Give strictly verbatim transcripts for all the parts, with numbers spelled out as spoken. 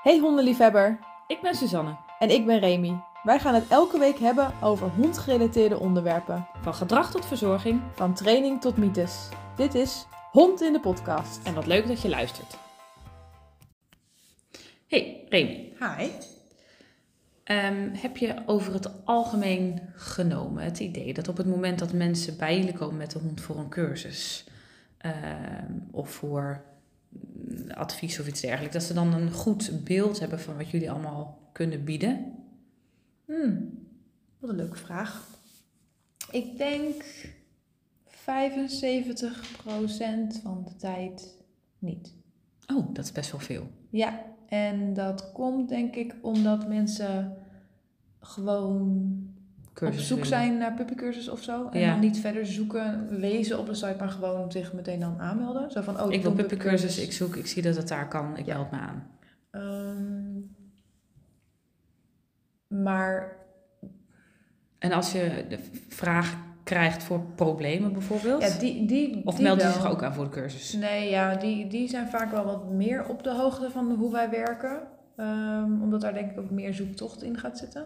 Hey hondenliefhebber, Ik ben Suzanne. en ik ben Remy. Wij gaan het elke week hebben over hondgerelateerde onderwerpen. Van gedrag tot verzorging. Van training tot mythes. Dit is Hond in de podcast. En wat leuk dat je luistert. Hey Remy. Hi. Um, heb je over het algemeen genomen het idee dat op het moment dat mensen bij jullie komen met de hond voor een cursus um, of voor advies of iets dergelijks, dat ze dan een goed beeld hebben van wat jullie allemaal kunnen bieden? Hmm, wat een leuke vraag. Ik denk vijfenzeventig procent van de tijd niet. Oh, dat is best wel veel. Ja, en dat komt denk ik omdat mensen gewoon cursus op zoek willen. zijn naar puppycursus of zo. En ja. dan niet verder zoeken, lezen op de site, maar gewoon zich meteen dan aanmelden. Zo van, oh, ik wil puppycursus, ik zoek, ik zie dat het daar kan, ik ja. meld me aan. Um, maar... En als je de vraag krijgt voor problemen bijvoorbeeld? Ja, die, die, of die melden wel. ze zich ook aan voor de cursus? Nee, ja, die, die zijn vaak wel wat meer op de hoogte van hoe wij werken. Um, omdat daar denk ik ook meer zoektocht in gaat zitten.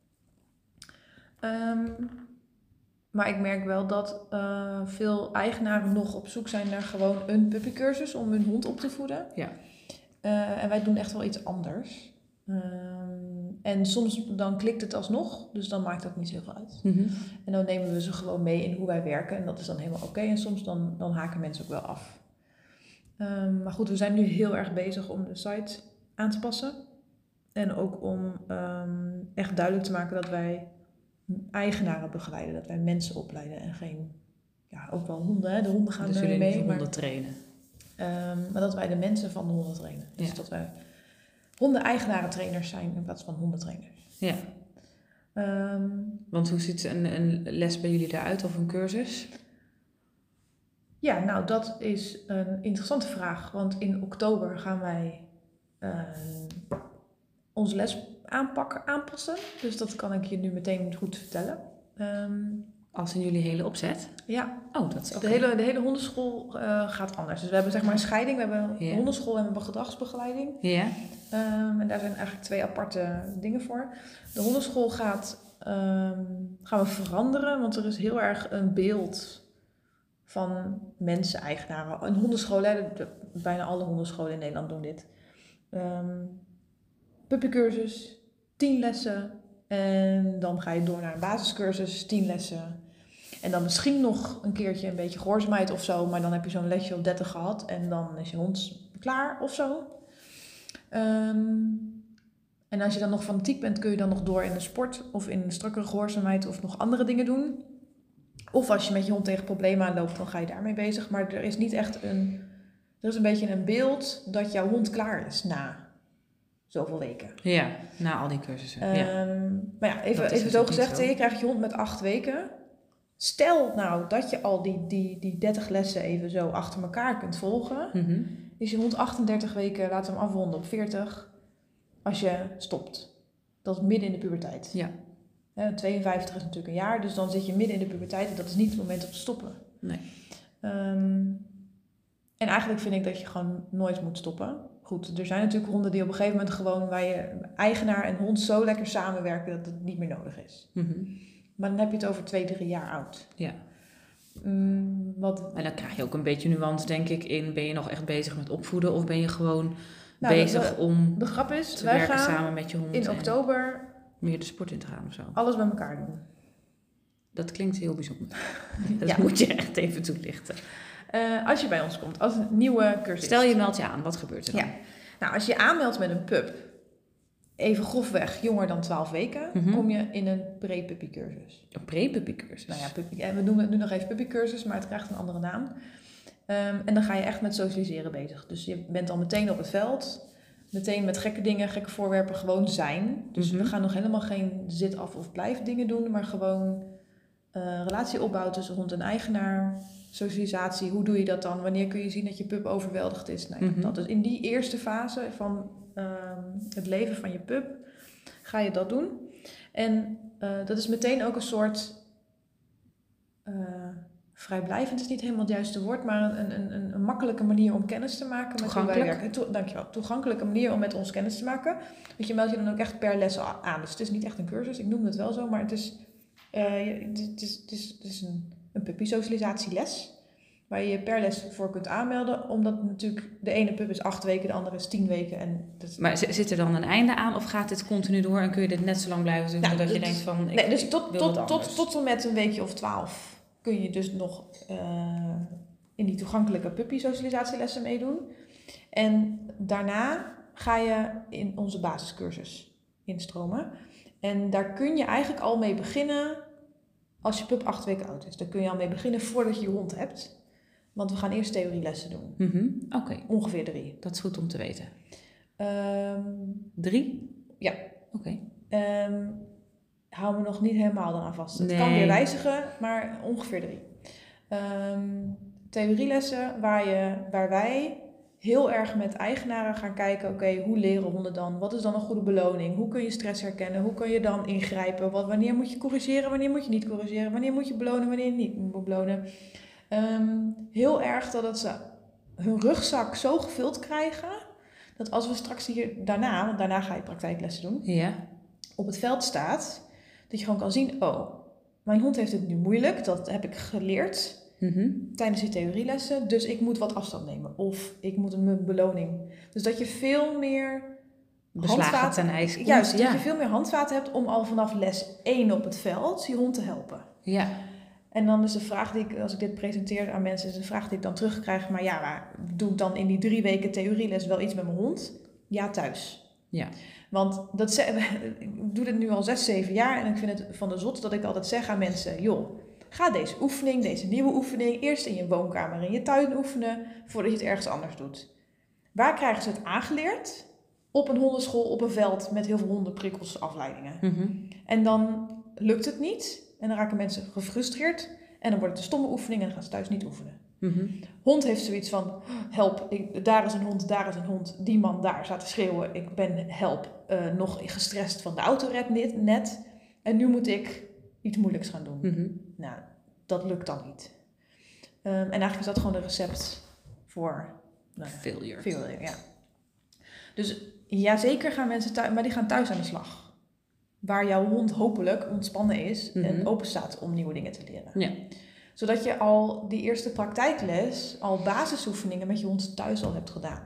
Um, maar ik merk wel dat uh, veel eigenaren nog op zoek zijn naar gewoon een puppycursus om hun hond op te voeden. Ja. Uh, en wij doen echt wel iets anders. Um, en soms dan klikt het alsnog, dus dan maakt dat niet zoveel uit. Mm-hmm. En dan nemen we ze gewoon mee in hoe wij werken en dat is dan helemaal oké. Okay. En soms dan, dan haken mensen ook wel af. Um, maar goed, we zijn nu heel erg bezig om de site aan te passen. En ook om um, echt duidelijk te maken dat wij eigenaren begeleiden. Dat wij mensen opleiden en geen, ja ook wel honden. Hè? De honden gaan dus mee. Dus jullie maar, honden trainen. Um, maar dat wij de mensen van de honden trainen. Dus ja. dat wij honden-eigenaren trainers zijn in plaats van hondentrainers. Ja. Um, Want hoe ziet een, een les bij jullie eruit of een cursus? Ja, nou dat is een interessante vraag. Want in oktober gaan wij uh, onze les aanpakken, aanpassen. Dus dat kan ik je nu meteen goed vertellen. Um, Als in jullie hele opzet? Ja. Oh, dat is okay. de, hele, de hele hondenschool uh, gaat anders. Dus we hebben zeg maar een scheiding. We hebben een yeah. hondenschool en we hebben gedragsbegeleiding. Ja. Yeah. Um, en daar zijn eigenlijk twee aparte dingen voor. De hondenschool gaat, um, gaan we veranderen. Want er is heel erg een beeld van mensen-eigenaren. Een hondenschool, hè, de, de, bijna alle hondenscholen in Nederland doen dit. Um, puppycursus, tien lessen. En dan ga je door naar een basiscursus, tien lessen. En dan misschien nog een keertje een beetje gehoorzaamheid of zo. Maar dan heb je zo'n lesje op dertig gehad. En dan is je hond klaar of zo. Um, en als je dan nog fanatiek bent, kun je dan nog door in de sport. Of in strakkere gehoorzaamheid of nog andere dingen doen. Of als je met je hond tegen problemen aanloopt, dan ga je daarmee bezig. Maar er is niet echt een... Er is een beetje een beeld dat jouw hond klaar is na zoveel weken. Ja, na al die cursussen. Um, ja. Maar ja, even, even zo gezegd, zo. Je krijgt je hond met acht weken. Stel nou dat je al die, die, die dertig lessen even zo achter elkaar kunt volgen. Mm-hmm. Is je hond achtendertig weken, laat hem afronden op veertig. Als je stopt. Dat is midden in de puberteit. Ja. Ja, tweeënvijftig is natuurlijk een jaar, dus dan zit je midden in de puberteit en dat is niet het moment om te stoppen. Nee. Um, en eigenlijk vind ik dat je gewoon nooit moet stoppen. Goed, er zijn natuurlijk honden die op een gegeven moment gewoon waar je eigenaar en hond zo lekker samenwerken dat het niet meer nodig is. Mm-hmm. Maar dan heb je het over twee, drie jaar oud. Ja. Um, wat... En dan krijg je ook een beetje nuance, denk ik, in ben je nog echt bezig met opvoeden of ben je gewoon nou, bezig de, om de grap is, te wij werken gaan samen met je hond in oktober meer de sport in te gaan of zo? Alles bij elkaar doen. Dat klinkt heel bijzonder. Dat ja. moet je echt even toelichten. Uh, als je bij ons komt, als een nieuwe cursus. Stel je meldt je aan, wat gebeurt er dan? Ja. Nou, als je je aanmeldt met een pup, even grofweg jonger dan twaalf weken, mm-hmm. kom je in een pre-puppycursus. Een pre-puppycursus? Nou ja, puppy, ja, we noemen het nu nog even puppycursus, maar het krijgt een andere naam. Um, en dan ga je echt met socialiseren bezig. Dus je bent al meteen op het veld, meteen met gekke dingen, gekke voorwerpen gewoon zijn. Dus mm-hmm. we gaan nog helemaal geen zit-af of blijf dingen doen, maar gewoon uh, relatieopbouw tussen hond en eigenaar. Socialisatie, hoe doe je dat dan? Wanneer kun je zien dat je pup overweldigd is? Nou, mm-hmm. dat is in die eerste fase van uh, het leven van je pup ga je dat doen. En uh, dat is meteen ook een soort uh, vrijblijvend is niet helemaal het juiste woord, maar een, een, een, een makkelijke manier om kennis te maken met hoe wij werken. To, dankjewel. Toegankelijke manier om met ons kennis te maken. Want je meldt je dan ook echt per les aan. Dus het is niet echt een cursus, ik noem het wel zo, maar het is, uh, het is, het is, het is, het is een, een puppy-socialisatieles. Waar je je per les voor kunt aanmelden. Omdat natuurlijk de ene pup is acht weken, de andere is tien weken. En dat... Maar zit er dan een einde aan of gaat dit continu door en kun je dit net zo lang blijven doen? Nou, dat je denkt van, ik, nee, dus ik tot, wil tot, wat tot, tot en met een weekje of twaalf kun je dus nog uh, in die toegankelijke puppy-socialisatielessen meedoen. En daarna ga je in onze basiscursus instromen. En daar kun je eigenlijk al mee beginnen als je pup acht weken oud is. Daar kun je al mee beginnen voordat je je hond hebt. Want we gaan eerst theorielessen doen. Mm-hmm. Oké. Okay. Ongeveer drie. Dat is goed om te weten. Um, drie? Ja. Oké. Okay. Um, hou me nog niet helemaal eraan vast. Het nee. kan weer wijzigen, maar ongeveer drie. Um, theorielessen waar, je, waar wij heel erg met eigenaren gaan kijken. Oké, okay, hoe leren honden dan? Wat is dan een goede beloning? Hoe kun je stress herkennen? Hoe kun je dan ingrijpen? Wat, wanneer moet je corrigeren? Wanneer moet je niet corrigeren? Wanneer moet je belonen? Wanneer je niet moet belonen? Um, heel erg dat het ze hun rugzak zo gevuld krijgen, dat als we straks hier daarna, want daarna ga je praktijklessen doen, ja. op het veld staat, dat je gewoon kan zien, oh, mijn hond heeft het nu moeilijk, dat heb ik geleerd mm-hmm. tijdens die theorielessen, dus ik moet wat afstand nemen of ik moet een beloning. Dus dat je veel meer handvaten ten ijs komt. Juist, ja. dat je veel meer handvaten hebt om al vanaf les één op het veld je hond te helpen. Ja. En dan is de vraag die ik, als ik dit presenteer aan mensen, is de vraag die ik dan terugkrijg. Maar ja, maar doe ik dan in die drie weken theorieles wel iets met mijn hond? Ja, thuis. Ja. Want dat, ik doe dit nu al zes, zeven jaar en ik vind het van de zot dat ik altijd zeg aan mensen, joh, ga deze oefening, deze nieuwe oefening, eerst in je woonkamer, in je tuin oefenen, voordat je het ergens anders doet. Waar krijgen ze het aangeleerd? Op een hondenschool, op een veld met heel veel hondenprikkels, afleidingen. Mm-hmm. En dan lukt het niet. En dan raken mensen gefrustreerd. En dan wordt het een stomme oefening en dan gaan ze thuis niet oefenen. Mm-hmm. Hond heeft zoiets van, help, ik, daar is een hond, daar is een hond. Die man daar staat te schreeuwen, ik ben, help, uh, nog gestrest van de autored net, net. En nu moet ik iets moeilijks gaan doen. Mm-hmm. Nou, dat lukt dan niet. Um, en eigenlijk is dat gewoon een recept voor... Nou, failure. Failure, ja. Dus ja, zeker gaan mensen thuis, maar die gaan thuis aan de slag. Waar jouw hond hopelijk ontspannen is mm-hmm. en open staat om nieuwe dingen te leren. Ja. Zodat je al die eerste praktijkles, al basisoefeningen met je hond thuis al hebt gedaan.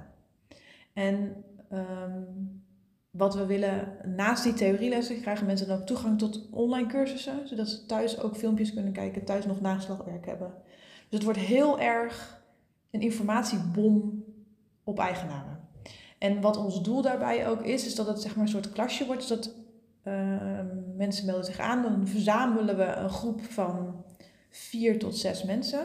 En um, wat we willen, naast die theorielessen krijgen mensen dan ook toegang tot online cursussen. Zodat ze thuis ook filmpjes kunnen kijken, thuis nog naslagwerk hebben. Dus het wordt heel erg een informatiebom op eigenaren. En wat ons doel daarbij ook is, is dat het zeg maar een soort klasje wordt. Dus dat uh, mensen melden zich aan, dan verzamelen we een groep van vier tot zes mensen.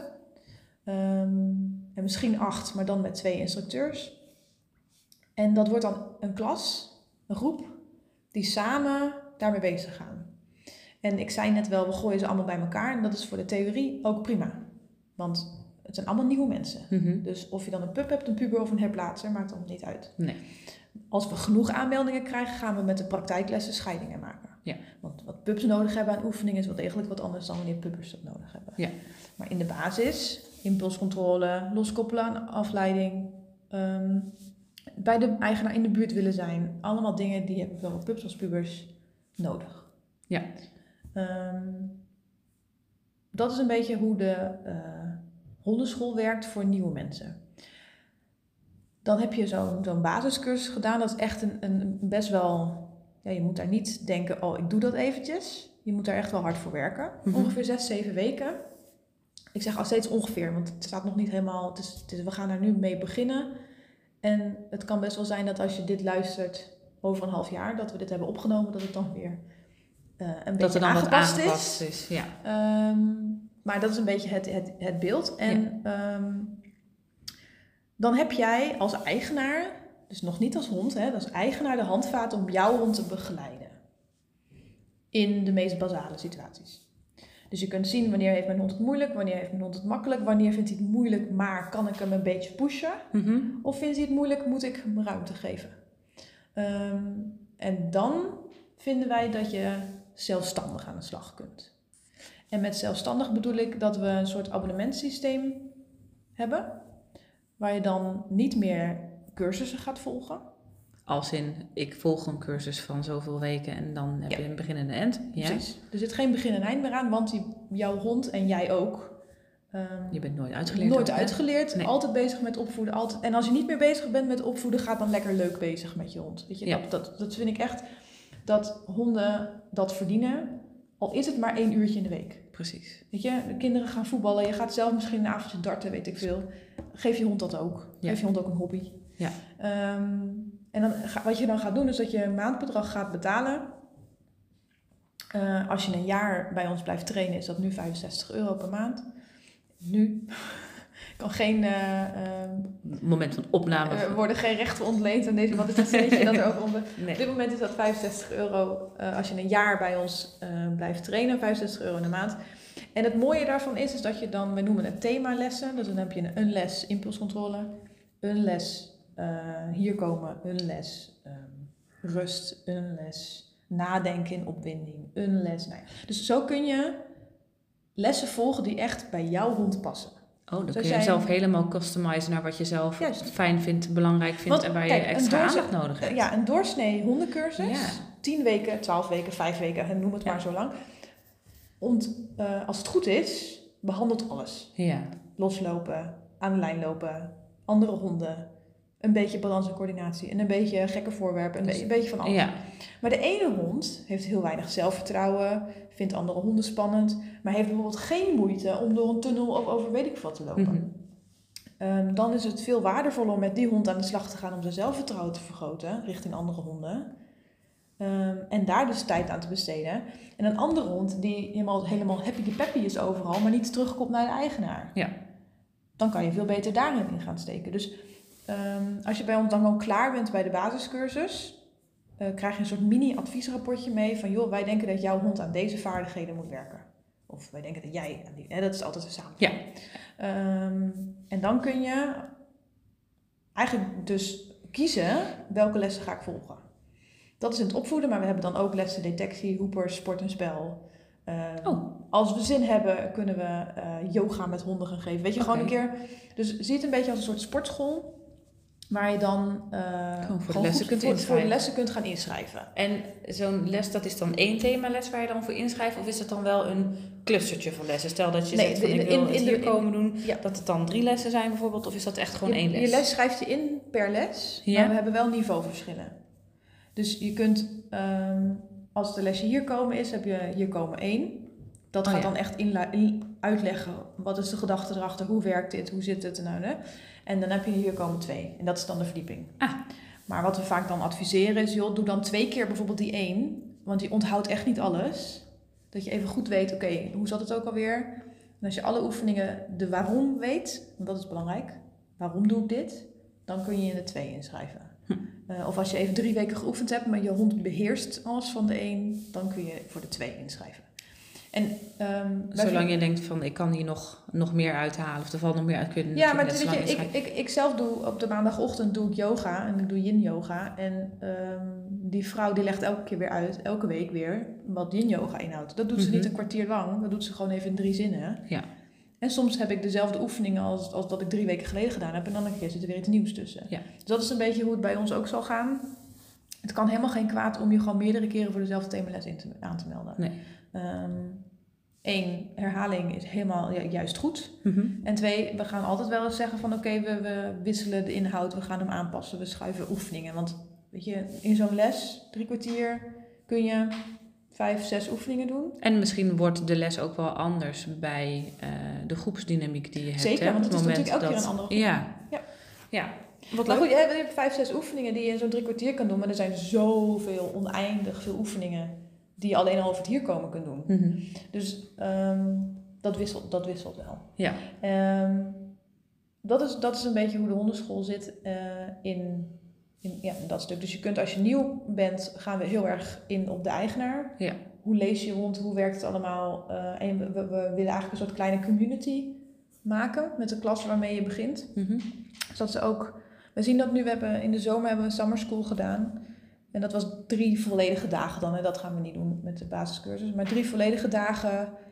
Um, en misschien acht, maar dan met twee instructeurs. En dat wordt dan een klas, een groep, die samen daarmee bezig gaan. En ik zei net wel, we gooien ze allemaal bij elkaar. En dat is voor de theorie ook prima. Want het zijn allemaal nieuwe mensen. Mm-hmm. Dus of je dan een pup hebt, een puber of een herplaatser, maakt allemaal niet uit. Nee. Als we genoeg aanmeldingen krijgen, gaan we met de praktijklessen scheidingen maken. Ja. Want wat pups nodig hebben aan oefeningen is wel degelijk wat anders dan wanneer puppers dat nodig hebben. Ja. Maar in de basis, impulscontrole, loskoppelen, afleiding, um, bij de eigenaar in de buurt willen zijn. Allemaal dingen die hebben zowel pups als pubers nodig. Ja. Um, dat is een beetje hoe de uh, hondenschool werkt voor nieuwe mensen. Dan heb je zo'n, zo'n basiscursus gedaan. Dat is echt een, een best wel... Ja, je moet daar niet denken, oh, ik doe dat eventjes. Je moet daar echt wel hard voor werken. Mm-hmm. Ongeveer zes, zeven weken. Ik zeg al steeds ongeveer, want het staat nog niet helemaal... Het is, het is, we gaan er nu mee beginnen. En het kan best wel zijn dat als je dit luistert over een half jaar... dat we dit hebben opgenomen, dat het dan weer uh, een dat beetje er dan aangepast, wat aangepast is. is ja. Um, maar dat is een beetje het, het, het beeld. En ja. um, dan heb jij als eigenaar... Dus nog niet als hond, hè, dat is eigenaar de handvaten om jouw hond te begeleiden. In de meest basale situaties. Dus je kunt zien wanneer heeft mijn hond het moeilijk, wanneer heeft mijn hond het makkelijk, wanneer vindt hij het moeilijk, maar kan ik hem een beetje pushen? Mm-hmm. Of vindt hij het moeilijk, moet ik hem ruimte geven? Um, en dan vinden wij dat je zelfstandig aan de slag kunt. En met zelfstandig bedoel ik dat we een soort abonnementssysteem hebben. Waar je dan niet meer cursussen gaat volgen. Als in, ik volg een cursus van zoveel weken en dan heb Ja. je een begin en een eind. Ja? Precies. Er zit geen begin en eind meer aan, want die, jouw hond en jij ook. Um, Je bent nooit uitgeleerd. Nooit ook, hè? uitgeleerd, Nee. altijd bezig met opvoeden. Altijd. En als je niet meer bezig bent met opvoeden, ga dan lekker leuk bezig met je hond. Weet je, Ja. dat, dat, dat vind ik echt, dat honden dat verdienen. Al is het maar één uurtje in de week. Precies. Weet je, de kinderen gaan voetballen. Je gaat zelf misschien een avondje darten, weet ik veel. Geef je hond dat ook. Ja. Geef je hond ook een hobby. Ja. Um, en dan, ga, wat je dan gaat doen, is dat je een maandbedrag gaat betalen. Uh, als je een jaar bij ons blijft trainen, is dat nu vijfenzestig euro per maand. Nu. kan geen... Uh, uh, moment van opname. Er worden geen rechten ontleend aan deze... Wat is dat zinnetje dat er ook onder... Nee. Op dit moment is dat vijfenzestig euro uh, als je een jaar bij ons uh, blijft trainen. vijfenzestig euro in de maand. En het mooie daarvan is, is dat je dan... We noemen het themalessen. Dus dan heb je een, een les impulscontrole. Een les uh, hier komen. Een les um, rust. Een les nadenken in opwinding. Een les... Nou ja. Dus zo kun je lessen volgen die echt bij jouw hond passen. Oh, dan Zo kun je zijn... zelf helemaal customizen naar wat je zelf Juist. fijn vindt, belangrijk vindt. Want, en waar kijk, je extra doorze- aandacht nodig hebt. Ja, een doorsnee hondencursus. Ja. tien weken, twaalf weken, vijf weken, noem het Ja. maar zo lang. Ont, uh, als het goed is, behandelt alles. Ja. Loslopen, aan de lijn lopen, andere honden, een beetje balans en coördinatie en een beetje gekke voorwerpen, een, Dus, be- een beetje van alles. Ja. Maar de ene hond heeft heel weinig zelfvertrouwen, vindt andere honden spannend, maar heeft bijvoorbeeld geen moeite om door een tunnel of over weet ik wat te lopen. Mm-hmm. Um, dan is het veel waardevoller om met die hond aan de slag te gaan om zijn zelfvertrouwen te vergroten richting andere honden. Um, en daar dus tijd aan te besteden. En een andere hond die helemaal, helemaal happy de peppy is overal, maar niet terugkomt naar de eigenaar. Ja. Dan kan je veel beter daarin in gaan steken. Dus um, als je bij ons dan al klaar bent bij de basiscursus, uh, krijg je een soort mini-adviesrapportje mee van joh, wij denken dat jouw hond aan deze vaardigheden moet werken. Of wij denken dat jij aan die... Hè, dat is altijd een samenvatting. Ja. Um, en dan kun je eigenlijk dus kiezen welke lessen ga ik volgen. Dat is in het opvoeden, maar we hebben dan ook lessen detectie, hoepers, sport en spel. Um, oh. Als we zin hebben, kunnen we uh, yoga met honden gaan geven. Weet je, Okay. gewoon een keer... Dus zie het een beetje als een soort sportschool. Waar je dan uh, gewoon voor, gewoon de lessen goed, kunt voor, voor de lessen kunt gaan inschrijven. En zo'n les, dat is dan één themales waar je dan voor inschrijft? Of is het dan wel een clustertje van lessen? Stel dat je Nee, zegt van in- ik wil in- het in de- hier in- komen doen. ja. Dat het dan drie lessen zijn bijvoorbeeld? Of is dat echt gewoon je, één les? Je les schrijft je in per les. Ja. Maar we hebben wel niveauverschillen. Dus je kunt... Um, als de lessen hier komen is, heb je hier komen één. Dat Oh, gaat ja. dan echt inla- in uitleggen. Wat is de gedachte erachter? Hoe werkt dit? Hoe zit het? Nou, hè? En dan heb je hier komen twee. En dat is dan de verdieping. Ah. Maar wat we vaak dan adviseren is, joh, doe dan twee keer bijvoorbeeld die één. Want die onthoudt echt niet alles. Dat je even goed weet, oké, okay, hoe zat het ook alweer? En als je alle oefeningen de waarom weet, want dat is belangrijk. Waarom doe ik dit? Dan kun je in de twee inschrijven. Hm. Uh, of als je even drie weken geoefend hebt, maar je hond beheerst alles van de één, dan kun je voor de twee inschrijven. En, um, Zolang je denkt van ik kan hier nog, nog meer uithalen of er valt nog meer uit, kun je ja, maar net weet zo je, lang ik, inschrijven. ik, ik zelf doe op de maandagochtend doe ik yoga en ik doe yin yoga. En um, die vrouw die legt elke keer weer uit, elke week weer, wat yin yoga inhoudt. Dat doet ze Mhm. niet een kwartier lang, dat doet ze gewoon even in drie zinnen. Ja. En soms heb ik dezelfde oefeningen als, als dat ik drie weken geleden gedaan heb en dan een keer zit er weer iets nieuws tussen. Ja. Dus dat is een beetje hoe het bij ons ook zal gaan. Het kan helemaal geen kwaad om je gewoon meerdere keren voor dezelfde themales in te, aan te melden. Nee. Um, Eén, herhaling is helemaal ja, juist goed. Mm-hmm. En twee, we gaan altijd wel eens zeggen van oké, okay, we, we wisselen de inhoud, we gaan hem aanpassen, we schuiven oefeningen. Want weet je, in zo'n les, drie kwartier, kun je vijf, zes oefeningen doen. En misschien wordt de les ook wel anders bij uh, de groepsdynamiek die je hebt. Zeker, hè? want het is moment natuurlijk elke dat... keer een andere groep. Ja. Ja. Ja. Wat Maar leuk. goed, je hebt vijf, zes oefeningen die je in zo'n drie kwartier kan doen, maar er zijn zoveel, oneindig veel oefeningen die je alleen al over het hier komen kunt doen. Mm-hmm. Dus um, dat, wisselt, dat wisselt wel. Ja. Um, dat, is, dat is een beetje hoe de hondenschool zit uh, in, in, ja, in dat stuk. Dus je kunt als je nieuw bent, gaan we heel erg in op de eigenaar. Ja. Hoe lees je hond, hoe werkt het allemaal? Uh, en we, we, we willen eigenlijk een soort kleine community maken met de klas waarmee je begint. Mm-hmm. Zodat ze ook... We zien dat nu, we hebben in de zomer hebben we een summer school gedaan. En dat was drie volledige dagen dan. En dat gaan we niet doen met de basiscursus. Maar drie volledige dagen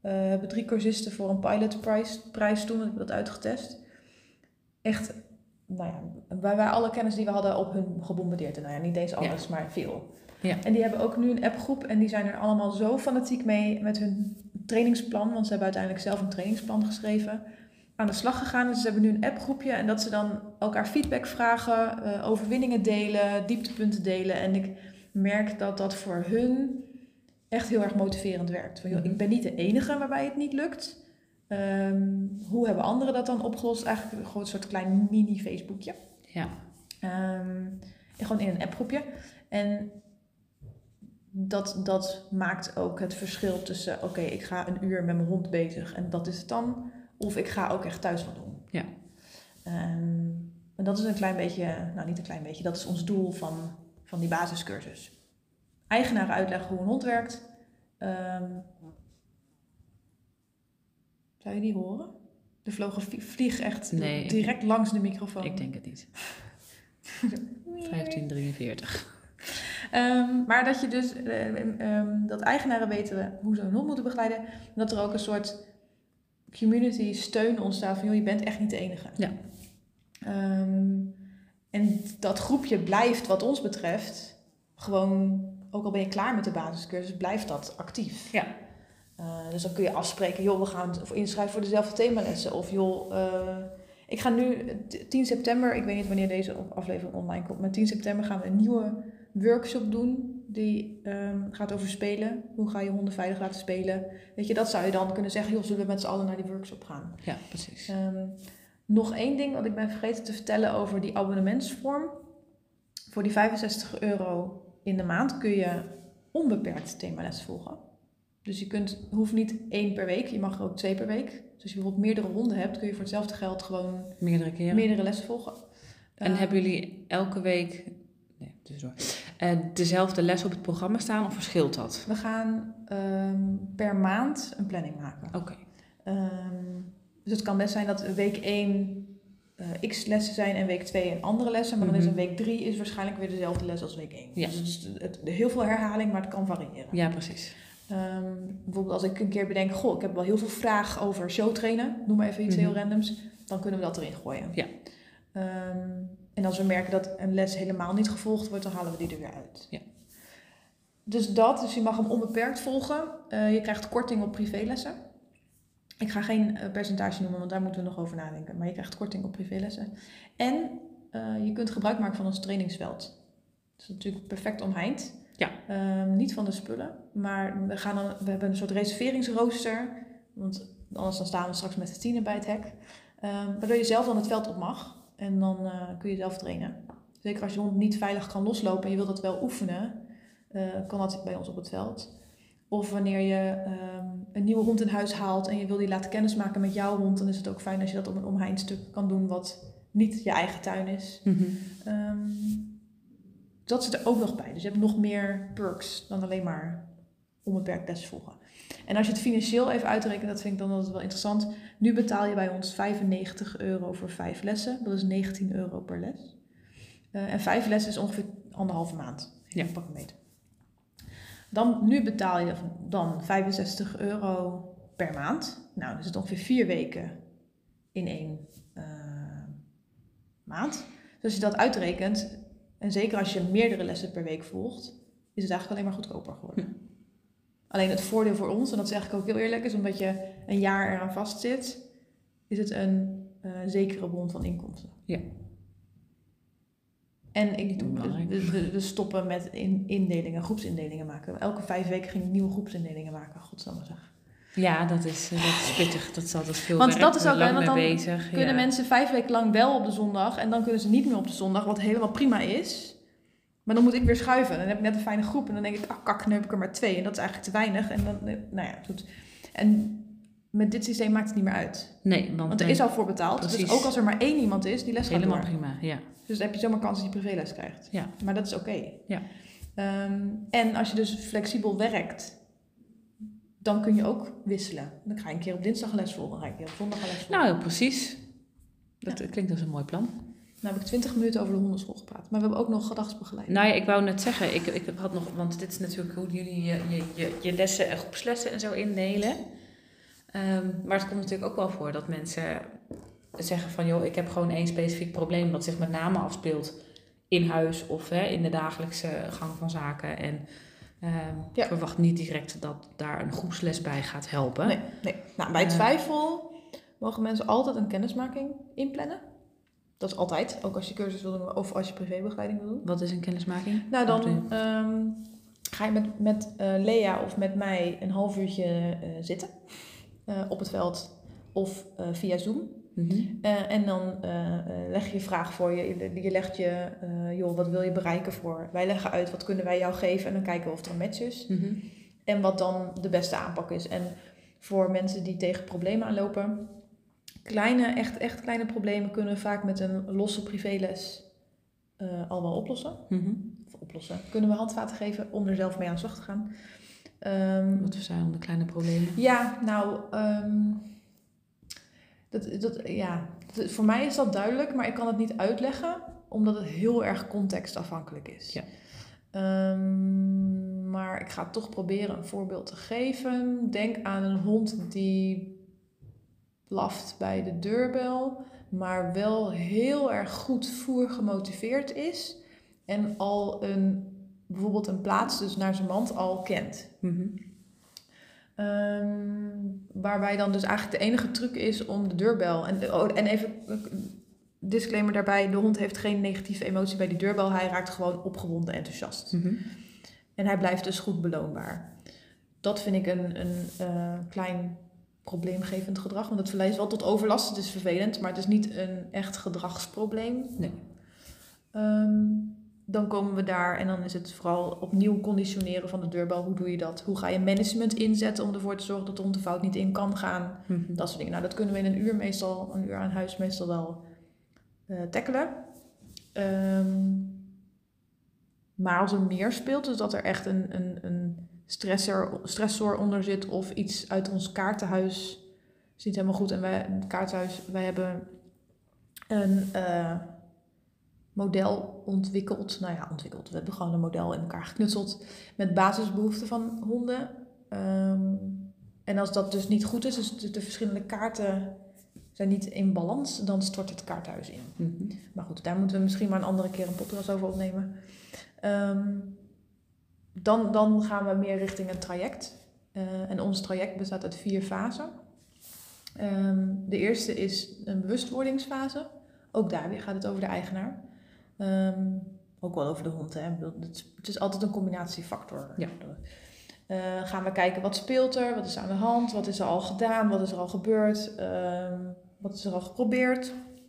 Uh, hebben drie cursisten voor een pilotprijs prijs toen, we hebben dat uitgetest. Echt, nou ja, wij waren alle kennis die we hadden op hun gebombardeerd. En nou ja, niet eens alles, ja. maar veel. Ja. En die hebben ook nu een appgroep en die zijn er allemaal zo fanatiek mee met hun trainingsplan, want ze hebben uiteindelijk zelf een trainingsplan geschreven, aan de slag gegaan. Dus ze hebben nu een appgroepje en dat ze dan elkaar feedback vragen, uh, overwinningen delen, dieptepunten delen. En ik merk dat dat voor hun echt heel erg motiverend werkt. Van, joh, ik ben niet de enige waarbij het niet lukt. Um, hoe hebben anderen dat dan opgelost? Eigenlijk gewoon een soort klein mini-Facebookje. Ja. Um, en gewoon in een appgroepje. En dat, dat maakt ook het verschil tussen, oké, okay, ik ga een uur met mijn hond bezig en dat is het dan. Of ik ga ook echt thuis wat doen. Ja. Um, en dat is een klein beetje, nou niet een klein beetje, dat is ons doel van, van die basiscursus. Eigenaren uitleggen hoe een hond werkt. Um, zou je die horen? Er vloog een vlieg echt nee, direct ik, langs de microfoon. Ik denk het niet. vijftien drieënveertig. Um, maar dat je dus, um, um, dat eigenaren weten hoe ze hun hond moeten begeleiden. En dat er ook een soort community steun ontstaat van, joh, je bent echt niet de enige. Ja. Um, en dat groepje blijft wat ons betreft gewoon, ook al ben je klaar met de basiscursus, blijft dat actief. Ja. Uh, dus dan kun je afspreken, joh, we gaan inschrijven voor dezelfde themalessen. Of joh, uh, ik ga nu tien september, ik weet niet wanneer deze aflevering online komt, maar tien september gaan we een nieuwe workshop doen. Die um, gaat over spelen. Hoe ga je honden veilig laten spelen? Weet je, dat zou je dan kunnen zeggen, joh, zullen we met z'n allen naar die workshop gaan? Ja, precies. Um, nog één ding wat ik ben vergeten te vertellen over die abonnementsvorm. Voor die vijfenzestig euro in de maand kun je onbeperkt themales volgen. Dus je kunt, hoeft niet één per week, je mag er ook twee per week. Dus als je bijvoorbeeld meerdere honden hebt, kun je voor hetzelfde geld gewoon meerdere keren meerdere lessen volgen. En uh, hebben jullie elke week nee, tussendoor, uh, dezelfde les op het programma staan of verschilt dat? We gaan um, per maand een planning maken. Oké. Okay. Um, dus het kan best zijn dat week één uh, x lessen zijn en week twee een andere lessen. Maar mm-hmm. dan is een week drie is waarschijnlijk weer dezelfde les als week één. Ja. Dus het is het, heel veel herhaling, maar het kan variëren. Ja, precies. Um, bijvoorbeeld als ik een keer bedenk, goh, ik heb wel heel veel vraag over showtrainen. Noem maar even iets mm-hmm. heel randoms. Dan kunnen we dat erin gooien. Ja. Um, en als we merken dat een les helemaal niet gevolgd wordt, dan halen we die er weer uit. Ja. Dus dat, dus je mag hem onbeperkt volgen. Uh, je krijgt korting op privélessen. Ik ga geen uh, percentage noemen, want daar moeten we nog over nadenken. Maar je krijgt korting op privélessen. En uh, je kunt gebruik maken van ons trainingsveld. Dat is natuurlijk perfect omheind. Ja. Uh, niet van de spullen, maar we, gaan dan, we hebben een soort reserveringsrooster. Want anders dan staan we straks met de tienen bij het hek. Uh, waardoor je zelf dan het veld op mag. En dan uh, kun je zelf trainen. Zeker als je hond niet veilig kan loslopen en je wilt dat wel oefenen, uh, kan dat bij ons op het veld. Of wanneer je um, een nieuwe hond in huis haalt en je wil die laten kennismaken met jouw hond, dan is het ook fijn als je dat op een omheinstuk kan doen wat niet je eigen tuin is. Mm-hmm. Um, dat zit er ook nog bij. Dus je hebt nog meer perks dan alleen maar onbeperkt les volgen. En als je het financieel even uitrekent, dat vind ik dan altijd wel interessant. Nu betaal je bij ons vijfennegentig euro voor vijf lessen. Dat is negentien euro per les. Uh, en vijf lessen is ongeveer anderhalve maand. Ja. Pak een meter. Dan, nu betaal je dan vijfenzestig euro per maand. Nou, dan is het ongeveer vier weken in één uh, maand. Dus als je dat uitrekent, en zeker als je meerdere lessen per week volgt, is het eigenlijk alleen maar goedkoper geworden. Hm. Alleen het voordeel voor ons, en dat zeg ik ook heel eerlijk, is omdat je een jaar eraan vastzit, is het een uh, zekere bron van inkomsten. Ja. En ik we, we stoppen met in, indelingen, groepsindelingen maken. Elke vijf weken ging ik nieuwe groepsindelingen maken, godsamme zeg. Ja, dat is, dat is pittig. Dat is altijd veel want werk, dat is ook, lang want mee dan bezig. Kunnen ja. mensen vijf weken lang wel op de zondag en dan kunnen ze niet meer op de zondag, wat helemaal prima is. Maar dan moet ik weer schuiven. En dan heb ik net een fijne groep en dan denk ik, ah kak, nu heb ik er maar twee. En dat is eigenlijk te weinig. En dan, nou ja, goed. En met dit systeem maakt het niet meer uit. Nee, want, want er is al voor betaald. Precies. Dus ook als er maar één iemand is, die les gaat helemaal door. prima, ja. Dus dan heb je zomaar kans dat je privéles krijgt. Ja. Maar dat is oké. Okay. Ja. Um, en als je dus flexibel werkt, dan kun je ook wisselen. Dan ga je een keer op dinsdag een les volgen, dan ga je een keer op zondag een les volgen. Nou, precies. Dat ja. klinkt als een mooi plan. Nou heb ik twintig minuten over de hondenschool gepraat. Maar we hebben ook nog gedachtsbegeleiding. Nou ja, ik wou net zeggen, ik, ik had nog, want dit is natuurlijk hoe jullie je, je, je, je lessen en groepslessen en zo indelen. Um, maar het komt natuurlijk ook wel voor dat mensen zeggen van... joh, ik heb gewoon één specifiek probleem... dat zich met name afspeelt in huis of hè, in de dagelijkse gang van zaken. En um, ja. verwacht niet direct dat daar een groepsles bij gaat helpen. Nee, nee. Nou, bij twijfel mogen mensen altijd een kennismaking inplannen. Dat is altijd, ook als je cursus wil doen of als je privébegeleiding wil doen. Wat is een kennismaking? Nou, dan um, ga je met, met uh, Lea of met mij een half uurtje uh, zitten uh, op het veld of uh, via Zoom. Mm-hmm. Uh, en dan uh, uh, leg je je vraag voor je. Je legt je, uh, joh, wat wil je bereiken voor? Wij leggen uit, wat kunnen wij jou geven? En dan kijken we of er een match is. Mm-hmm. En wat dan de beste aanpak is. En voor mensen die tegen problemen aanlopen... Kleine, echt, echt kleine problemen kunnen we vaak met een losse privéles uh, al wel oplossen. Mm-hmm. Of oplossen. Kunnen we handvaten geven om er zelf mee aan de slag te gaan. Um, Wat zijn dan de kleine problemen? Ja, nou... Um, dat, dat, ja, dat, voor mij is dat duidelijk, maar ik kan het niet uitleggen. Omdat het heel erg contextafhankelijk is. Ja. Um, maar ik ga toch proberen een voorbeeld te geven. Denk aan een hond die... blaft bij de deurbel, maar wel heel erg goed voer gemotiveerd is en al een, bijvoorbeeld een plaats dus naar zijn mand al kent. Mm-hmm. Um, waarbij dan dus eigenlijk de enige truc is om de deurbel, en, oh, en even disclaimer daarbij, de hond heeft geen negatieve emotie bij die deurbel, hij raakt gewoon opgewonden enthousiast. Mm-hmm. En hij blijft dus goed beloonbaar. Dat vind ik een, een uh, klein probleemgevend gedrag, want het verleidt wel tot overlast. Het is vervelend, maar het is niet een echt gedragsprobleem. Nee. Um, dan komen we daar en dan is het vooral opnieuw conditioneren van de deurbel. Hoe doe je dat? Hoe ga je management inzetten om ervoor te zorgen dat de hond de fout niet in kan gaan? Mm-hmm. Dat soort dingen. Nou, dat kunnen we in een uur meestal, een uur aan huis meestal wel uh, tackelen. Um, maar als er meer speelt, dus dat er echt een, een, een stressor, stressor onder zit of iets uit ons kaartenhuis is niet helemaal goed. En wij, het kaartenhuis, wij hebben een uh, model ontwikkeld. Nou ja, ontwikkeld. We hebben gewoon een model in elkaar geknutseld met basisbehoeften van honden. Um, en als dat dus niet goed is, dus de, de verschillende kaarten zijn niet in balans, dan stort het kaartenhuis in. Mm-hmm. Maar goed, daar moeten we misschien maar een andere keer een podcast over opnemen. Um, Dan, dan gaan we meer richting een traject. Uh, en ons traject bestaat uit vier fasen. Um, de eerste is een bewustwordingsfase. Ook daar weer gaat het over de eigenaar. Um, ook wel over de hond. Hè. Het is altijd een combinatiefactor. Ja. Uh, gaan we kijken wat speelt er, wat is er aan de hand, wat is er al gedaan, wat is er al gebeurd, um, wat is er al geprobeerd.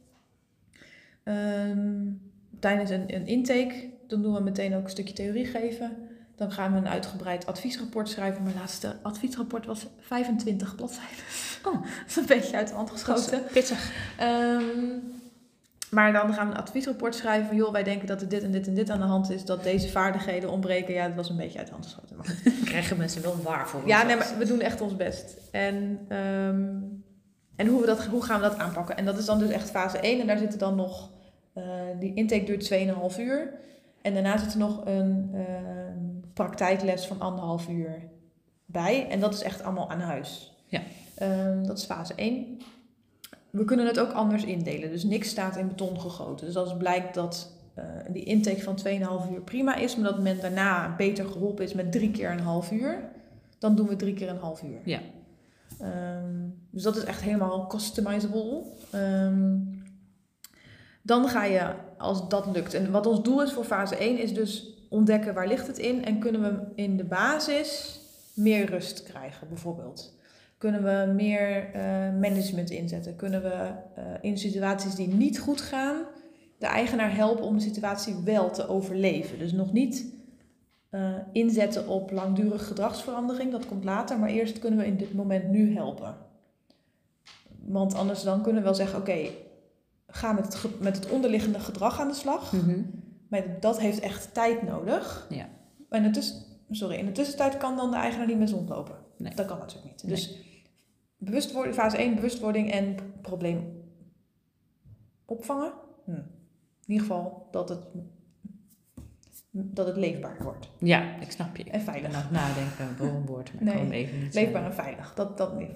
Um, tijdens een, een intake, dan doen we meteen ook een stukje theorie geven. Dan gaan we een uitgebreid adviesrapport schrijven. Mijn laatste adviesrapport was vijfentwintig bladzijden. Oh, dat is een beetje uit de hand geschoten. Pittig. Um, maar dan gaan we een adviesrapport schrijven van... joh, wij denken dat er dit en dit en dit aan de hand is. Dat deze vaardigheden ontbreken. Ja, dat was een beetje uit de hand geschoten. Maar krijgen mensen wel waar voor. Ja, nee, maar we doen echt ons best. En, um, en hoe, we dat, hoe gaan we dat aanpakken? En dat is dan dus echt fase één. En daar zitten dan nog... Uh, die intake duurt twee komma vijf uur. En daarna zit er nog een uh, praktijkles van anderhalf uur bij. En dat is echt allemaal aan huis. Ja. Um, dat is fase één. We kunnen het ook anders indelen. Dus niks staat in beton gegoten. Dus als het blijkt dat uh, die intake van twee komma vijf uur prima is... maar dat men daarna beter geholpen is met drie keer een half uur... dan doen we drie keer een half uur. Ja. Um, dus dat is echt helemaal customizable. Um, dan ga je, als dat lukt... en wat ons doel is voor fase één is dus ontdekken waar ligt het in... en kunnen we in de basis meer rust krijgen bijvoorbeeld... Kunnen we meer uh, management inzetten? Kunnen we uh, in situaties die niet goed gaan... de eigenaar helpen om de situatie wel te overleven? Dus nog niet uh, inzetten op langdurige gedragsverandering. Dat komt later. Maar eerst kunnen we in dit moment nu helpen. Want anders dan kunnen we wel zeggen... oké, okay, ga met het, ge- met het onderliggende gedrag aan de slag. Mm-hmm. Maar dat heeft echt tijd nodig. Ja. En in, de tuss- sorry, in de tussentijd kan dan de eigenaar niet meer rondlopen. Nee. Dat kan natuurlijk niet. Nee. Dus bewustwording, fase één, bewustwording en probleem opvangen. Hm. In ieder geval dat het, dat het leefbaar wordt. Ja, ik snap je. En veilig. Nou, nadenken, een woord, maar nee, ik kan hem even niet leefbaar zeggen. en veilig. Dat, dat in ieder geval.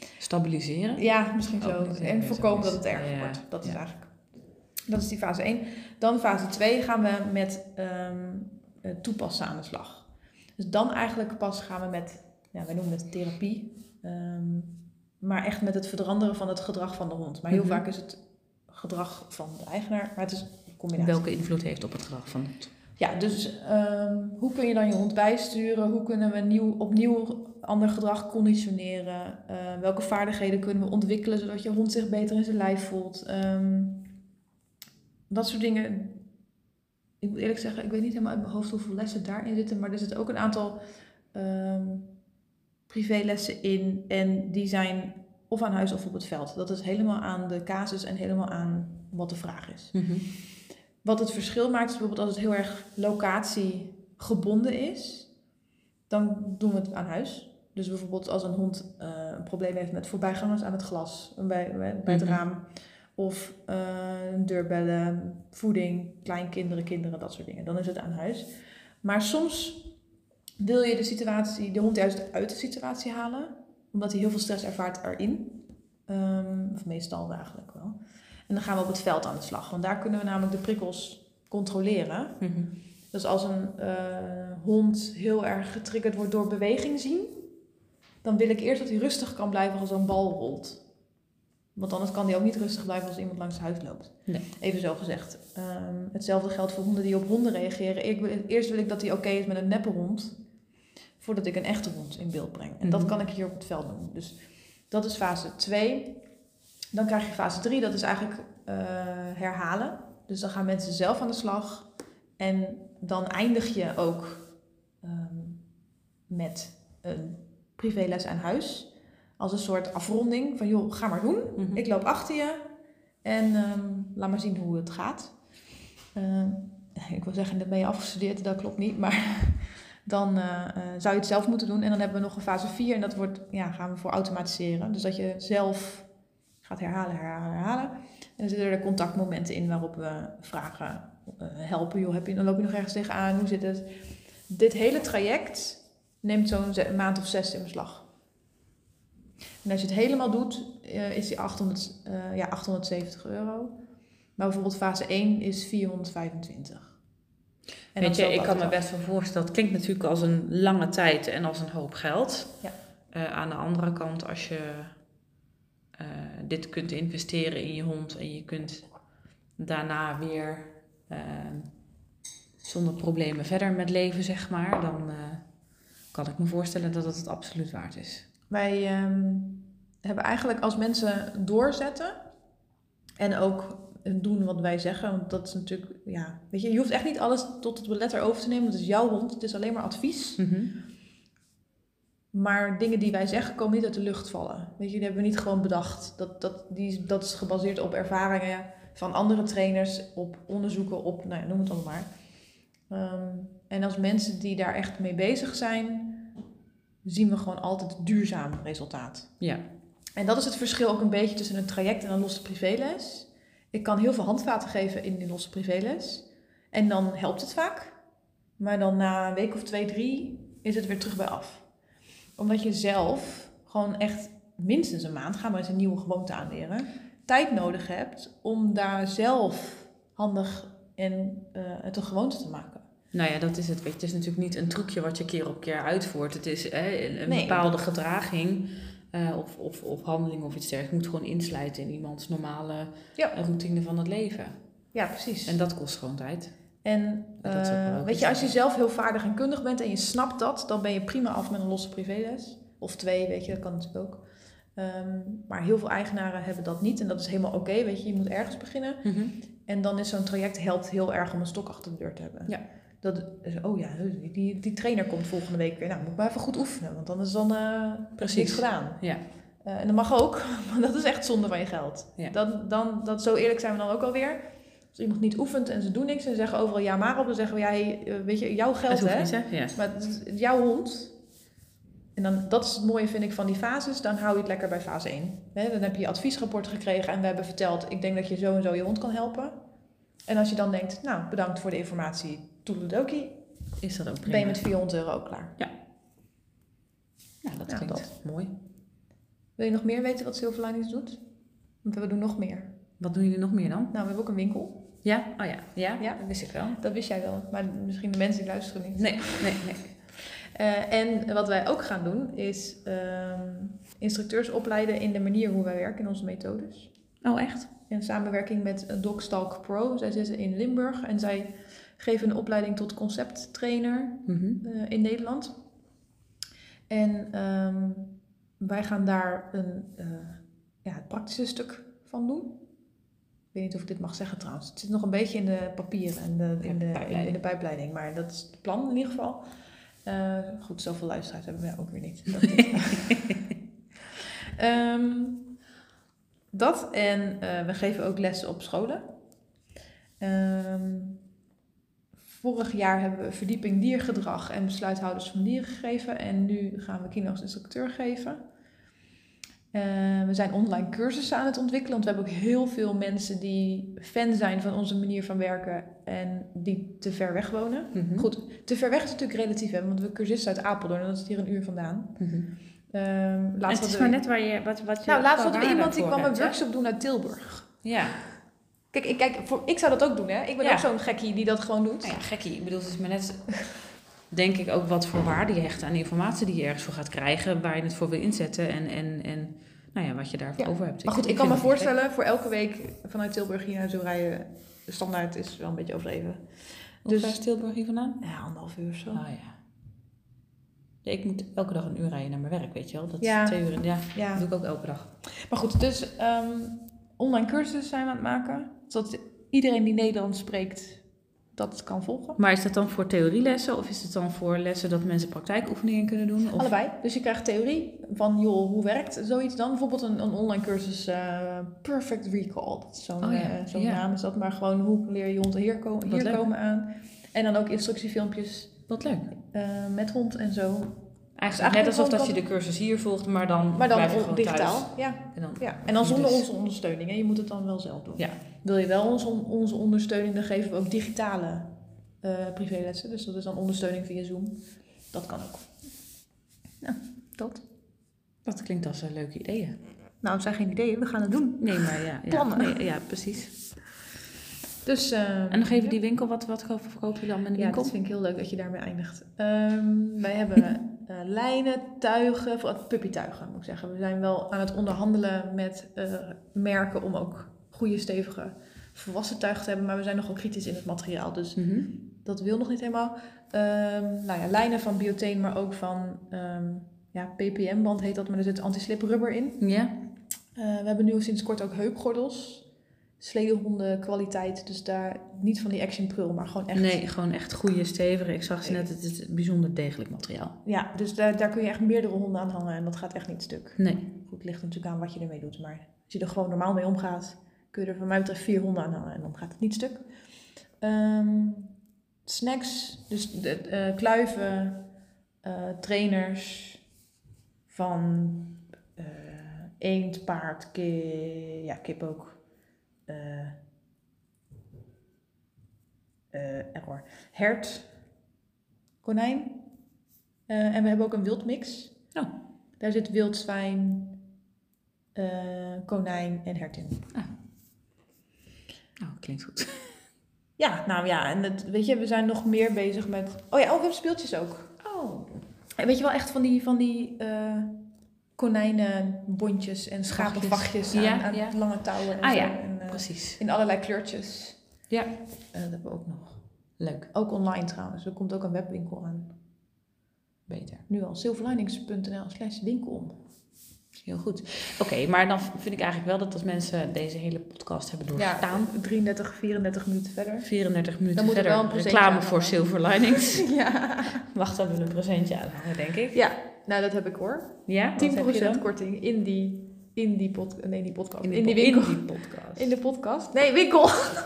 Stabiliseren? Ja, misschien zo. Stabiliseren En is voorkomen ook dat iets. het erger Ja, ja. wordt. Dat is Ja. eigenlijk... Dat is die fase één. Dan fase twee gaan we met um, toepassen aan de slag. Dus dan eigenlijk pas gaan we met, ja, wij noemen het therapie, um, maar echt met het veranderen van het gedrag van de hond. Maar heel Mm-hmm. vaak is het gedrag van de eigenaar, maar het is een combinatie. Welke invloed heeft op het gedrag van de hond? Ja, dus um, hoe kun je dan je hond bijsturen? Hoe kunnen we nieuw, opnieuw ander gedrag conditioneren? Uh, welke vaardigheden kunnen we ontwikkelen zodat je hond zich beter in zijn lijf voelt? Um, dat soort dingen. Ik moet eerlijk zeggen, ik weet niet helemaal uit mijn hoofd hoeveel lessen daarin zitten, maar er zitten ook een aantal um, privélessen in en die zijn of aan huis of op het veld. Dat is helemaal aan de casus en helemaal aan wat de vraag is. Mm-hmm. Wat het verschil maakt is bijvoorbeeld als het heel erg locatiegebonden is, dan doen we het aan huis. Dus bijvoorbeeld als een hond uh, een probleem heeft met voorbijgangers aan het glas, bij, bij, bij het Mm-hmm. raam, of uh, deurbellen, voeding, kleinkinderen, kinderen, dat soort dingen. Dan is het aan huis. Maar soms wil je de situatie, de hond juist uit de situatie halen, omdat hij heel veel stress ervaart erin. Um, of meestal eigenlijk wel. En dan gaan we op het veld aan de slag. Want daar kunnen we namelijk de prikkels controleren. Mm-hmm. Dus als een uh, hond heel erg getriggerd wordt door beweging zien, dan wil ik eerst dat hij rustig kan blijven als een bal rolt. Want anders kan hij ook niet rustig blijven als iemand langs het huis loopt. Nee. Even zo gezegd. Um, hetzelfde geldt voor honden die op honden reageren. Ik wil, eerst wil ik dat hij oké okay is met een neppe hond, voordat ik een echte hond in beeld breng. En mm-hmm. dat kan ik hier op het veld doen. Dus dat is fase twee. Dan krijg je fase drie, dat is eigenlijk uh, herhalen. Dus dan gaan mensen zelf aan de slag. En dan eindig je ook um, met een privéles aan huis. Als een soort afronding van, joh, ga maar doen. Mm-hmm. Ik loop achter je. En um, laat maar zien hoe het gaat. Uh, ik wil zeggen, dat ben je afgestudeerd. Dat klopt niet. Maar dan uh, uh, zou je het zelf moeten doen. En dan hebben we nog een fase vier. En dat wordt, ja, gaan we voor automatiseren. Dus dat je zelf gaat herhalen, herhalen, herhalen. En dan zitten er de contactmomenten in waarop we vragen, uh, helpen. Joh, heb je, dan loop je nog ergens tegenaan. Hoe zit het? Dit hele traject neemt zo'n ze- maand of zes in beslag. En als je het helemaal doet, uh, is die achthonderd, uh, ja, achthonderdzeventig euro. Maar bijvoorbeeld fase één is vierhonderdvijfentwintig. En weet je, ik kan me best wel voorstellen, dat klinkt natuurlijk als een lange tijd en als een hoop geld. Ja. Uh, aan de andere kant, als je uh, dit kunt investeren in je hond en je kunt daarna weer uh, zonder problemen verder met leven, zeg maar, dan uh, kan ik me voorstellen dat het het absoluut waard is. Wij um, hebben eigenlijk als mensen doorzetten en ook doen wat wij zeggen, want dat is natuurlijk, ja, weet je, je hoeft echt niet alles tot het letter over te nemen, want het is jouw hond, het is alleen maar advies. Mm-hmm. Maar dingen die wij zeggen komen niet uit de lucht vallen. Weet je, die hebben we niet gewoon bedacht. Dat, dat, die, dat is gebaseerd op ervaringen van andere trainers, op onderzoeken, op, nou ja, noem het allemaal maar. Um, en als mensen die daar echt mee bezig zijn, zien we gewoon altijd duurzaam resultaat. Ja. En dat is het verschil ook een beetje tussen een traject en een losse privéles. Ik kan heel veel handvaten geven in die losse privéles. En dan helpt het vaak. Maar dan na een week of twee, drie is het weer terug bij af. Omdat je zelf gewoon echt minstens een maand, ga maar eens een nieuwe gewoonte aanleren, tijd nodig hebt om daar zelf handig en uh, het een gewoonte te maken. Nou ja, dat is het. Weet je, het is natuurlijk niet een trucje wat je keer op keer uitvoert. Het is hè, een, een nee, bepaalde gedraging uh, of, of, of handeling of iets dergelijks. moet gewoon insluiten in iemands normale ja. routine van het leven. Ja, precies. En dat kost gewoon tijd. En uh, weet je, als je zelf heel vaardig en kundig bent en je snapt dat, dan ben je prima af met een losse privéles. Of twee, weet je, dat kan natuurlijk ook. Um, maar heel veel eigenaren hebben dat niet en dat is helemaal oké, okay, weet je. Je moet ergens beginnen. Mm-hmm. En dan is zo'n traject helpt heel erg om een stok achter de deur te hebben. Ja. Dat, oh ja, die, die trainer komt volgende week weer. Nou, moet ik maar even goed oefenen, want dan is dan uh, precies niks gedaan. Ja. Uh, en dat mag ook, maar dat is echt zonde van je geld. Ja. Dan, dan, dat, zo eerlijk zijn we dan ook alweer. Als iemand niet oefent en ze doen niks en ze zeggen overal ja maar op, dan zeggen we ja, hey, weet je, jouw geld hè. Niet, hè? Ja. Maar het is jouw hond. En dan, dat is het mooie vind ik van die fases, dan hou je het lekker bij fase één. He, dan heb je je adviesrapport gekregen en we hebben verteld, ik denk dat je zo en zo je hond kan helpen. En als je dan denkt, nou bedankt voor de informatie, toedeledokie, is dat ook prima. Ben je met vierhonderd euro ook klaar. Ja. Nou, dat ja, klinkt dat. mooi. Wil je nog meer weten wat Silver Linings doet? Want we doen nog meer. Wat doen jullie nog meer dan? Nou, we hebben ook een winkel. Ja? Oh ja. Ja, Ja. dat wist ik wel. Dat wist jij wel, maar misschien de mensen die luisteren niet. Nee, nee, nee. Uh, en wat wij ook gaan doen is um, instructeurs opleiden in de manier hoe wij werken in onze methodes. Oh, echt? In samenwerking met DocStalk Pro. Zij zitten in Limburg en zij geven een opleiding tot concepttrainer Mm-hmm. uh, in Nederland. En um, wij gaan daar een, uh, ja, het praktische stuk van doen. Ik weet niet of ik dit mag zeggen trouwens. Het zit nog een beetje in de papieren en de, in, de, in, in de pijpleiding. Maar dat is het plan in ieder geval. Uh, goed, zoveel luisteraars hebben we ook weer niet. Dat, um, dat en uh, we geven ook lessen op scholen. Um, vorig jaar hebben we verdieping diergedrag en besluithouders van dieren gegeven. En nu gaan we kino's instructeur geven. Uh, we zijn online cursussen aan het ontwikkelen, want we hebben ook heel veel mensen die fan zijn van onze manier van werken en die te ver weg wonen. Mm-hmm. Goed, te ver weg is natuurlijk relatief, hè, want we cursisten uit Apeldoorn en dat is hier een uur vandaan. Mm-hmm. Um, het is we... maar net waar je, wat, wat je Nou, laatst hadden we iemand die kwam hebt, een workshop doen uit Tilburg. Ja. Kijk, ik, kijk voor, ik zou dat ook doen, hè. Ik ben ja. ook zo'n gekkie die dat gewoon doet. Nou ja, gekkie. Ik bedoel, het is maar net, denk ik, ook wat voor waarde je hecht aan informatie die je ergens voor gaat krijgen, waar je het voor wil inzetten en, en, en nou ja, wat je daarvoor Ja. over hebt. Maar goed, ik, ik kan me het voorstellen, voor elke week vanuit Tilburg hier naar zo rijden, de standaard is wel een beetje overdreven. Hoe ver is Tilburg hier vandaan? Ja, anderhalf uur of zo. Oh ja. Ja, ik moet elke dag een uur rijden naar mijn werk, weet je wel. Dat Ja. is twee uur. Ja, Ja. dat doe ik ook elke dag. Maar goed, dus um, online cursussen zijn we aan het maken. Zodat iedereen die Nederlands spreekt dat kan volgen. Maar is dat dan voor theorielessen of is het dan voor lessen dat mensen praktijkoefeningen kunnen doen? Of? Allebei. Dus je krijgt theorie van, joh, hoe werkt zoiets dan? Bijvoorbeeld een, een online cursus uh, Perfect Recall. Dat is zo'n, oh, ja. uh, zo'n ja. naam is dat. Maar gewoon, hoe leer je hond hier, ko- hier komen aan? En dan ook instructiefilmpjes. Wat leuk. Uh, met hond en zo. Eigenlijk, dus net alsof dat dat je de cursus hier volgt, maar dan, maar dan blijf je gewoon digitaal. thuis. Ja. En dan, ja. En dan zonder dus. onze ondersteuning. Hè? Je moet het dan wel zelf doen. Ja. Wil je wel onze, onze ondersteuning, dan geven we ook digitale uh, privélessen. Dus dat is dan ondersteuning via Zoom. Dat kan ook. Ja, dat. Dat klinkt als een leuke ideeën. Nou, het zijn geen ideeën, we gaan het doen. Nee, maar ja. ja. Plannen. Nee, ja, precies. Dus, uh, en nog even ja. die winkel, wat, wat verkopen jullie dan met de ja, winkel? dat vind ik heel leuk dat je daarmee eindigt. Um, wij hebben uh, lijnen, tuigen, vooral puppytuigen moet ik zeggen. We zijn wel aan het onderhandelen met uh, merken om ook goede, stevige, volwassen tuigen te hebben. Maar we zijn nogal kritisch in het materiaal, dus Mm-hmm. dat wil nog niet helemaal. Um, nou ja, lijnen van Bioteen, maar ook van um, ja, P P M-band heet dat, maar er zit anti-slip rubber in. Ja. Uh, we hebben nu sinds kort ook heupgordels. Sledehonden kwaliteit, dus daar niet van die Action Prul, maar gewoon echt... Nee, gewoon echt goede, stevige. Ik zag ze net, het is bijzonder degelijk materiaal. Ja, dus daar, daar kun je echt meerdere honden aan hangen en dat gaat echt niet stuk. Nee. Goed, het ligt natuurlijk aan wat je ermee doet, maar als je er gewoon normaal mee omgaat, kun je er voor mij betreft vier honden aan hangen en dan gaat het niet stuk. Um, snacks, dus de, uh, kluiven, uh, trainers van uh, eend, paard, kip, ja, kip ook. Uh, uh, error. Hert, konijn. Uh, en we hebben ook een wildmix. Oh. Daar zit wildzwijn, uh, konijn en hert in. Ah. Nou, klinkt goed. Ja, nou ja, en het, weet je, we zijn nog meer bezig met... Oh ja, oh, we hebben speeltjes ook. Oh. En weet je wel, echt van die, van die uh, konijnenbondjes en schapenvachtjes aan, ja, aan ja. lange touwen en ah, zo. ja, en, uh, precies. in allerlei kleurtjes. Ja. Uh, dat hebben we ook nog. Leuk. Ook online trouwens. Er komt ook een webwinkel aan. Beter. Nu al silverlinings punt n l slash winkel. Heel goed. Oké, okay, maar dan vind ik eigenlijk wel dat als mensen deze hele podcast hebben doorstaan. Ja, drieëndertig, vierendertig minuten verder. vierendertig minuten dan moet verder. Wel een reclame voor Silver Linings. Ja. Wacht, dan wil een presentje aanhangen, denk ik. Ja, nou dat heb ik hoor. Ja? tien procent korting in die, in die, pod, nee, die podcast. In die, in die winkel. winkel. In die podcast. In de podcast. Nee, winkel.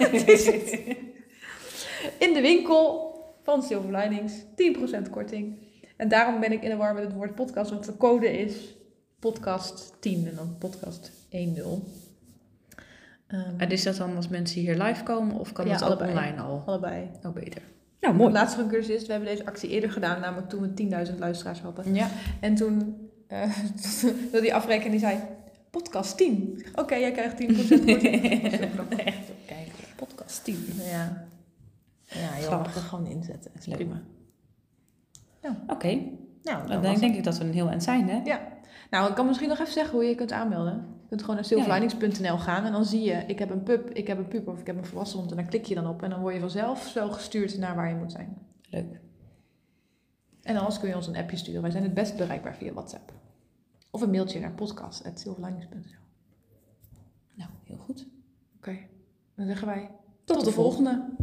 In de winkel van Silver Linings. tien procent korting. En daarom ben ik in de war met het woord podcast. Want de code is podcast tien en dan podcast één nul. Um, en is dat dan als mensen hier live komen of kan ja, dat ook allebei. online al? Allebei. Oh, beter. Nou, mooi. Het laatste van cursus is, we hebben deze actie eerder gedaan, namelijk toen we tienduizend luisteraars hadden. Ja. En toen uh, wil die afrekenen en die zei, podcast tien. Ik zeg, Oké, okay, jij krijgt tien procent korting. Echt, kijk, podcast tien. Ja, ja joh, mag er gewoon inzetten. Dat is Leuk. prima. Ja. Oké, okay. Nou, dan denk, denk ik dat we een heel eind zijn, hè? Ja. Nou, ik kan misschien nog even zeggen hoe je je kunt aanmelden. Je kunt gewoon naar silverlinings punt n l gaan en dan zie je, ik heb een pup, ik heb een puber of ik heb een volwassen hond en daar klik je dan op en dan word je vanzelf zo gestuurd naar waar je moet zijn. Leuk. En anders kun je ons een appje sturen. Wij zijn het best bereikbaar via WhatsApp. Of een mailtje naar podcast at silverlinings punt n l. Nou, heel goed. Oké, okay. Dan zeggen wij Tot, tot de de volgende. volgende.